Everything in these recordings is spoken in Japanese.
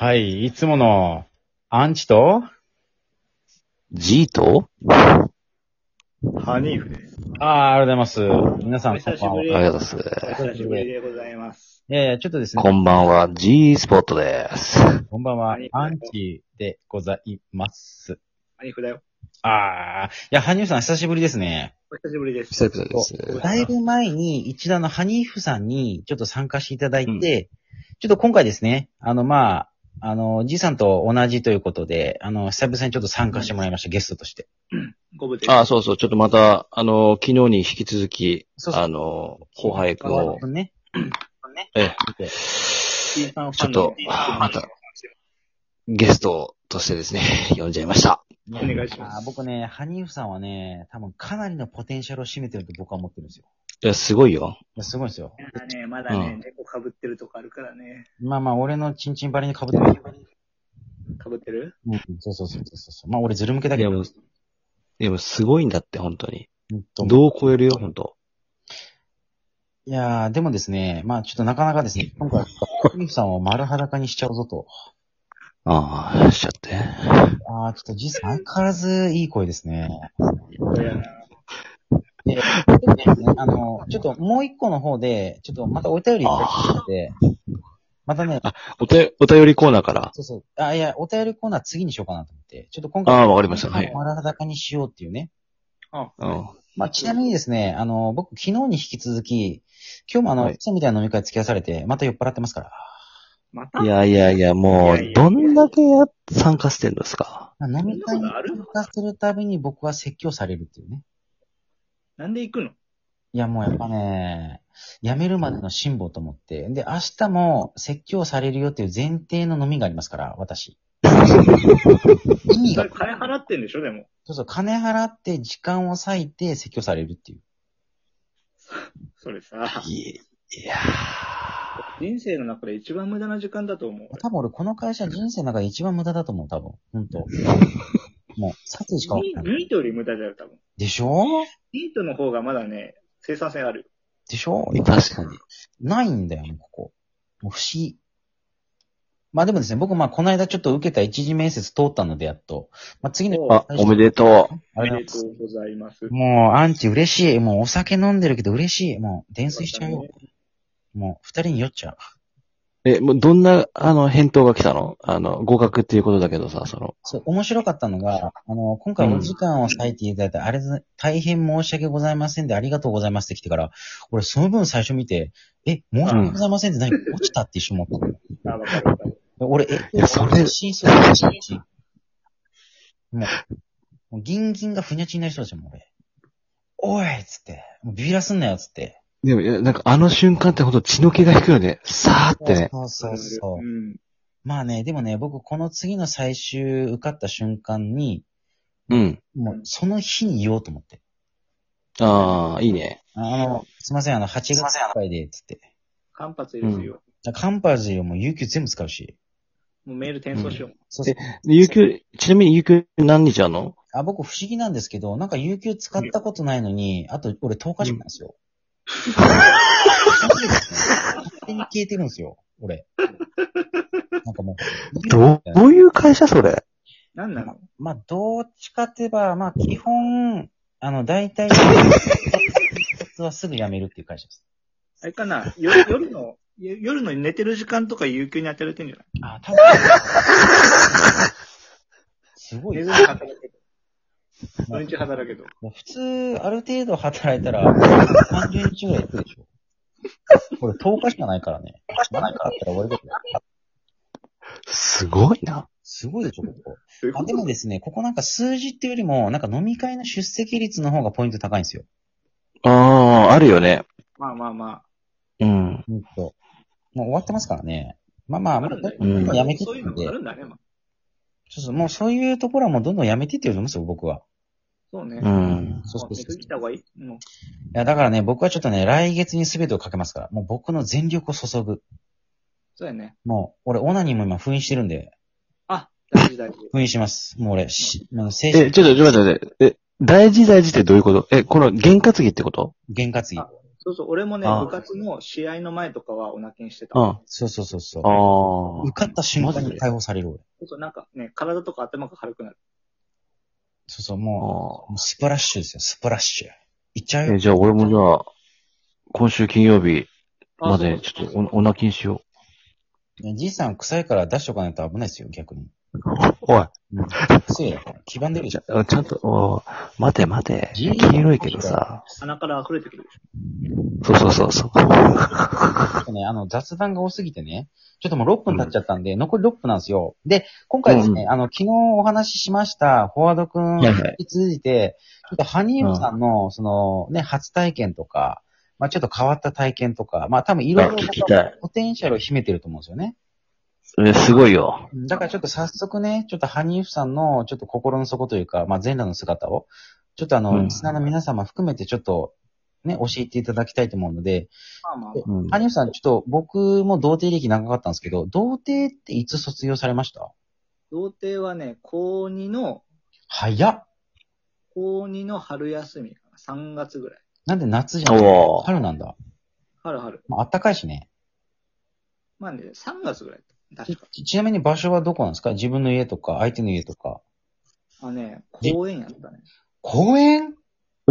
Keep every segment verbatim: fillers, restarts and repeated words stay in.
はい、いつもの、アンチと、 G とハニーフです。 ああ、ありがとうございます。皆さん、 お久しぶりありがとうございおます。 久しぶりでございます。 いやいや、ちょっとですね。 こんばんは、G スポットです。 こんばんはハニー、フだよアンチでございます。 ハニーフだよ。 ああ、いや、ハニーフさん久しぶりですね。 お久しぶりです。 久々です。 だいぶ前に一度あの、ハニーフさんにちょっと参加していただいて、うん、ちょっと今回ですね、あの、まあ、あの、G さんと同じということで、あの、久々にちょっと参加してもらいました、うん、ゲストとして。 ごぶです。 ああ、そうそう、ちょっとまた、あの、昨日に引き続き、そうそうあの、後輩君を、 ね、 ええ、ちょっと、また、ゲストとしてですね、呼んじゃいました。 お願いします。 僕ね、ハニーフさんはね、多分かなりのポテンシャルを占めてると僕は思ってるんですよ。 いや、すごいよ。 いや、すごいですよ。 いやね、まだね、うん、猫被ってるとこあるからね。 まあまあ、俺のチンチンバリに被ってる。 被ってるうん、そうそうそうそうそう。まあ俺ズル向けだけど。 いやもう、いやもうすごいんだって、本当に。どう超えるよ、本当。 いやー、でもですね、まあちょっとなかなかですね、今回、ハニーフさんを丸裸にしちゃうぞと。 ああ、しちゃって。 ああ、ちょっと実際相変わらずいい声ですね。 いい声やな。 で、ね、あの、ちょっともう一個の方で、ちょっとまたお便りいただいて、またね、 あ、おて、お便りコーナーから。 そうそう。あ、いや、お便りコーナー次にしようかなと思って。ちょっと今回、 ああ、わかりました。はい。 丸裸にしようっていうね。 あ、 うん。 まあ、ちなみにですね、あの、僕昨日に引き続き、今日もあの、いつみたいな飲み会付き合わされて、また酔っ払ってますから。 またいやいやいや、もう、どんだけや参加してるんですか。 飲み会に参加するたびに僕は説教されるっていうね。 なんで行くの？ いや、もうやっぱね、辞めるまでの辛抱と思って。で、明日も説教されるよっていう前提の飲みがありますから、私。 意味が。金払ってんでしょ、でも。 そうそう、金払って時間を割いて説教されるっていう。 それさ。 いやー。人生の中で一番無駄な時間だと思う。 多分俺この会社人生の中で一番無駄だと思う、多分。ほんと。もう、殺意しか分かんない。 ニートより無駄だよ、多分。 でしょ？ ニートの方がまだね、生産性ある。 でしょ？ 確かに。 ないんだよ、ここ。もう不思議。まあでもですね、僕まあこの間ちょっと受けた一次面接通ったので、やっと。まあ次の。 あ、おめでとう。 おめでとうございます。 もう、アンチ嬉しい。もうお酒飲んでるけど嬉しい。もう、泥酔しちゃうよ。もう、二人に酔っちゃう。 え、もうどんな、あの、返答が来たの？あの、合格っていうことだけどさ、その。 そう、面白かったのが、あの、今回お時間を割いていただいて、うん、あれ、大変申し訳ございませんで、ありがとうございますって来てから、俺その分最初見て、え、申し訳ございませんって何、落ちたって一瞬思った。 あ、わかるわかる。 俺、え、 いや、それ、 真相だし、もう、もうギンギンがふにゃちになりそうですよ、もう俺。おいっつって、もうビビらすんなよっつって。 でも、いや、なんかあの瞬間ってほんと血の気が引くよね。さーってね。 そうそうそう。 うん、 まあね、でもね、僕この次の最終受かった瞬間に、 うん。 もうその日に言おうと思って。 ああ、いいね。 あの、すいません、あの、はちがついっぱいで、つって。 間髪ですよ。 うん、カンパーズよ、もう有給全部使うし。 もうメール転送しよう。うん、 そうそう。 有給、ちなみに有給何日あんの？ あ、僕不思議なんですけど、なんか有給使ったことないのに、あと俺とおかしくなんですよ。勝手に消えてるんですよ、俺。なんかもう。 どういう会社それ？ なんなの？ まあ、どっちかって言えば、まあ、基本、あの、大体、はすぐ辞めるっていう会社です。 あれかな、夜の、夜の寝てる時間とか有給に当てられてんじゃない？ あ、多分。すごい。 寝ずに働けど。土日働けど。 普通、ある程度働いたら、さんじゅうにちぐらい行くでしょ。これとおかしかないからね。ななかあったら終わりだけど。 すごいな。 すごいでしょ、ここ。あ、でもですね、ここなんか数字っていうよりも、なんか飲み会の出席率の方がポイント高いんですよ。 ああ、あるよね。 まあまあまあ。 うん。 うんと。もう終わってますからね。まあまあ、まあ、 うん、 やめてってそういうのあるんだね、まあ。 そうそう、もうそういうところはもうどんどんやめてって言うと思うんですよ、僕は。 そうね。 うん。 そうそうそう。来た方がいい。うん。いや、だからね、僕はちょっとね、来月に全てをかけますから。もう僕の全力を注ぐ。 そうやね。 もう、俺、オナニーも今封印してるんで。 あ、大事大事。 封印します。もう俺、し、あの、精神。え、ちょっと、ちょっと待って、え、大事大事ってどういうこと？え、この、験担ぎってこと？ 験担ぎ。 そうそう、俺もね、 あ部活の試合の前とかはオナキンしてた。 うん。 そうそうそうそう。 あ受かった瞬間に解放される俺。 そうそう、なんかね、体とか頭が軽くなる。 そうそう、 あ。 もう、 あもうスプラッシュですよ、スプラッシュ。いっちゃうあ。 よ。 え、じゃあ俺もじゃあ、今週金曜日まで、 あちょっとお、お泣きにしよねじいさん臭いから出しとかないと危ないですよ、逆に。 う。おい。 うん。臭いやから。黄ばんでるじゃん。 ちゃんと、お待て待て。 じい黄色いけどさ。 鼻から溢れてくるでしそうそうそうそう。 ちょっとね、あの、雑談が多すぎてね、ちょっともうろっぷん経っちゃったんで、残りろっぷんなんですよ。で、今回ですね、 うんあの、昨日お話ししました、フォワードくんはいはいに通じて、ちょっとハニーフさんの、その、ね、初体験とか、まあちょっと変わった体験とか、まあ多分いろいろあ聞きたいポテンシャルを秘めてると思うんですよね。 え、すごいよ。 だからちょっと早速ね、ちょっとハニーフさんのちょっと心の底というか、まあ全裸の姿を、ちょっとあの、 うんリスナーの皆様含めてちょっとね、教えていただきたいと思うので、 ょ。まあまあえうんハニーフさん、ちょっと僕も童貞歴長かったんですけど、童貞っていつ卒業されました？ 童貞はね、高にの、 早っ。 高にの春休みかな。さんがつぐらい。 なんで夏じゃなくておー春なんだ。 春春。 まあ、あったかいしね。 まあね、さんがつぐらい。確か。 ちちなみに場所はどこなんですか？自分の家とか、相手の家とか。 あね、公園やったね。 公園？ お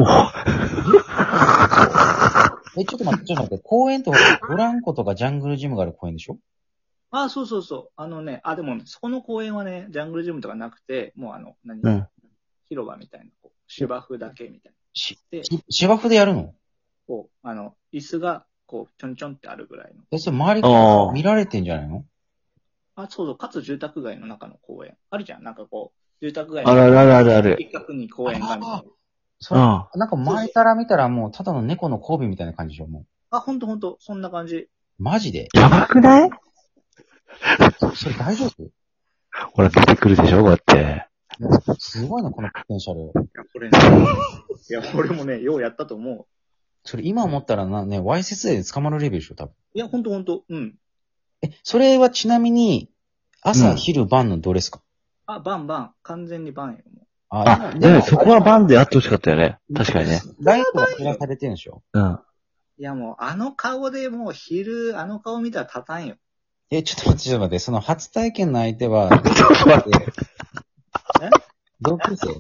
え、ちょっと待って、ちょっと待って。公園ってブランコとかジャングルジムがある公園でしょ？ あ、そうそうそう。あのね、あ、でも、そこの公園はね、ジャングルジムとかなくて、もうあの、何、 うん。 広場みたいな、こう芝生だけみたいな。 し、 で、 し芝生でやるの？ こう、あの、椅子が、こう、ちょんちょんってあるぐらいの。 え、それ周りからあー見られてんじゃないの？ あ、そうそう、かつ住宅街の中の公園。あるじゃん。なんかこう、住宅街あるあるあるあるある。 一角に公園がみたいな。 それ、 うんなんか前から見たらもうただの猫の交尾みたいな感じでしょ、もう。 あ、ほんとほんと、そんな感じ。 マジで？ やばくない？ それ大丈夫？ ほら、出てくるでしょこうやって。 いやすごいな、このポテンシャル。 いや、これね、いや、俺もね、ようやったと思う。 それ今思ったらな、ね、わいせつ罪で捕まるレベルでしょ、多分。 いや、ほんとほんと、うん。 え、それはちなみに、朝、 うん昼、晩のどれですか？ あ、バンバン。完全にバンよ。もあ、 あ、でもそこはバンであってほしかったよね。確かにね。 ライトが照らされてるんでしょ？ うん。 ういや、もう、あの顔でもう昼、あの顔見たら立たんよ。 え、ちょっと待って、ちょっと待って、その初体験の相手は、 ちょっと待って。 え同級生？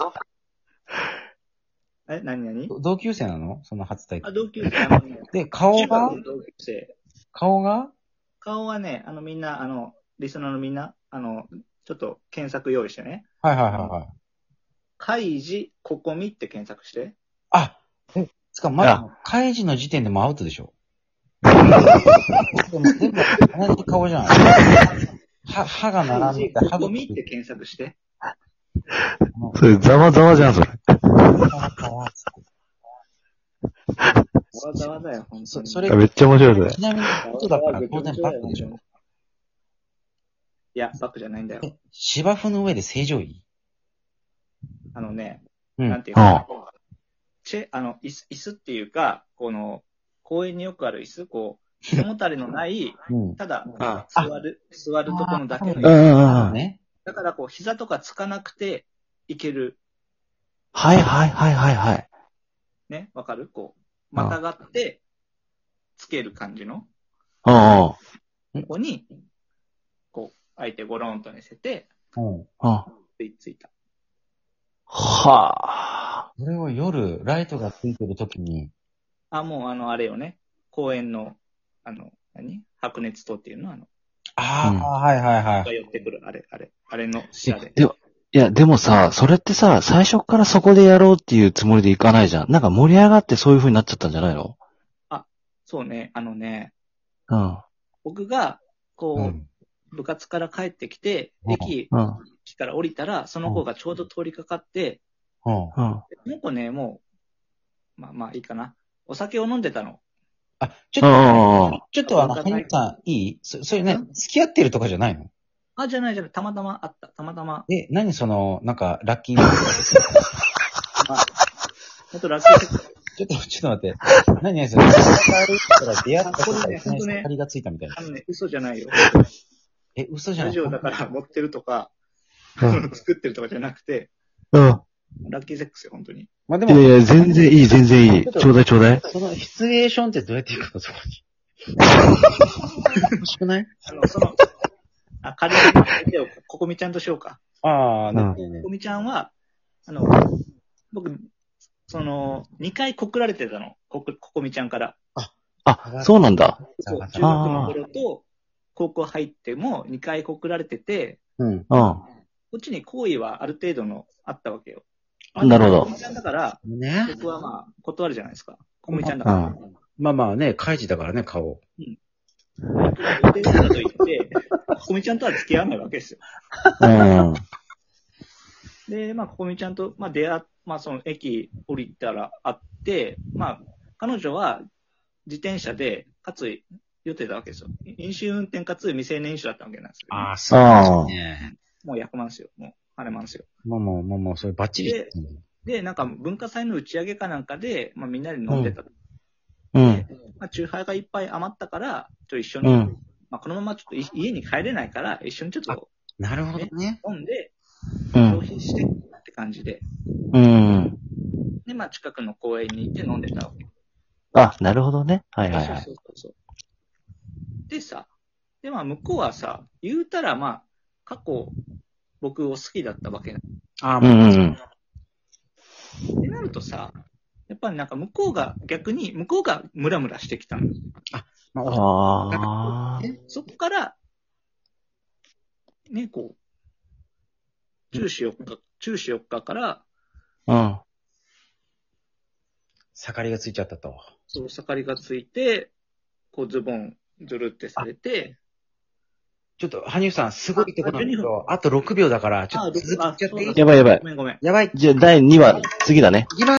え、なになにど同級生なの？その初体あ、 験。 同級生。あのねで、顔が中学の同級生。 顔が顔はね、あの、みんな、あの、リスナーのみんな、あの、ちょっと検索用意してね。 はいはいはいはい。 カイジココミって検索して。 あ、え、つか、まあだ、開示の時点でもうアウトでしょ？でも、でも、同じ顔じゃん。歯、歯がカイジ並んでて、歯ココミって茎検索して。 それ、ざわざわじゃん、それ。 わざわざや、ほんとに。 そそれ、 めっちゃ面白い、それ。 ちなみに、後だから当然バックでしょ？ いや、バックじゃないんだよ。 え、芝生の上で正常位？ あのね、 うん。 なんていうの、チェ、あの、椅子、椅子っていうか、この、公園によくある椅子、こう、背もたれのない、 うん。 ただ、 あ座る、座るところだけのあ椅子。 うんうんうん。 ね。 だから、こう、膝とかつかなくて、いける。 はいはいはいはいはい。 ね、わかるこう、またがって、つける感じの、 うんうん。 ここに、こう、相手ゴロンと寝せて、 うん。 うん。 ついついた。 はあ。 それを夜、ライトがついてる時に、 あ、もう、あの、あれよね。公園の、あの、何白熱灯っていうのあの、 ああ、 うんはいはいはがい。 寄ってくる、あれ、あれ、あれの下で。 でも、いや、でもさ、それってさ、最初からそこでやろうっていうつもりでいかないじゃん。なんか盛り上がってそういう風になっちゃったんじゃないの？ そうね、あのね、 うん。 僕が、こう、 うん。 部活から帰ってきて、 うん駅うん。 から降りたら、その子がちょうど通りかかって、 うん。 うん。 でこの子ね、もう、まあまあいいかな。お酒を飲んでたの。 あ、ちょっうんうんと、 うん。 ちょっとあの、はにさん、いいそ、それね、付き合ってるとかじゃないの？ あ、じゃないじゃない、たまたまあった、たまたま。 え、何その、なんか、ラッキー。 ほんとラッキーセット。 ちょっと、ちょっと待って。何何それ。歩いたら出会ったこれね人がいきなりほんとね明かりがついたみたいなあ。のね、嘘じゃないよ。 え、嘘じゃない？ ラジオだから持ってるとか、 うん。 作ってるとかじゃなくて、 うん。 ラッキーセックスよ、本当に。 まあでも、 いやいや、全然いい、全然いい。ちょうだいちょうだい。 そのシチュエーションってどうやっていくのそこに。欲しくないあの、その、あ、仮に相手をココミちゃんとしようか。 ああ、ねうんねねココミちゃんは、あの、僕、その、にかい告られてたの。ココココミちゃんから。 あ、そうなんだ。 そう、 あ中学の頃と、高校入ってもにかい告られてて、 うん。 うん。 こっちに好意はある程度のあったわけよ。 なるほどココミちゃんだから、 ね。 僕はまあ、断るじゃないですか。ココミちゃんだから。 うん。 まあまあね、カイジだからね、顔。 予定だからといって、ココミちゃんとは付き合わないわけですよ。 うん。 で、まあ、ココミちゃんと、まあ、出会っ、まあ、その駅降りたら会って、まあ、彼女は自転車で、かつ、酔ってたわけですよ。飲酒運転かつ未成年飲酒だったわけなんですよ、ね。 ああ、そうですね。 もう役満ですよ。もう、あれなんですよ。 もうもう、もうもう、それバッチリ。 でで、なんか文化祭の打ち上げかなんかで、まあ、みんなで飲んでた。 うん。 まあ、チューハイがいっぱい余ったから、ちょっと一緒に、 うん。 まあ、このままちょっとい家に帰れないから、一緒にちょっとなるほどね。 飲んで、 うん。 消費してって感じで。 うん。 で、まあ、近くの公園に行って飲んでたわけ。 あ、なるほどね。はいはいはい。 そうそうそうそう。でさ、で、まあ、向こうはさ、言うたら、まあ、過去、僕を好きだったわけだ。 ああ、 うもう、 んうん。 ってなるとさ、やっぱりなんか向こうが、逆に、向こうがムラムラしてきたの。 まあ、 ああ。 でそこから、ね、こう、中止よっか、中止よっかから、 うん。 盛りがついちゃったと。 そう、盛りがついて、こう、ズボン、ずるってされて、 ちょっと、羽生さん、すごいとこなんだけあじゅうにど、あとろくびょうだから、ちょっと続きあちゃっていいそうやばいやばいご。めんごめん。 やばい。 じゃあ、だいにわ、次だね。 いきます。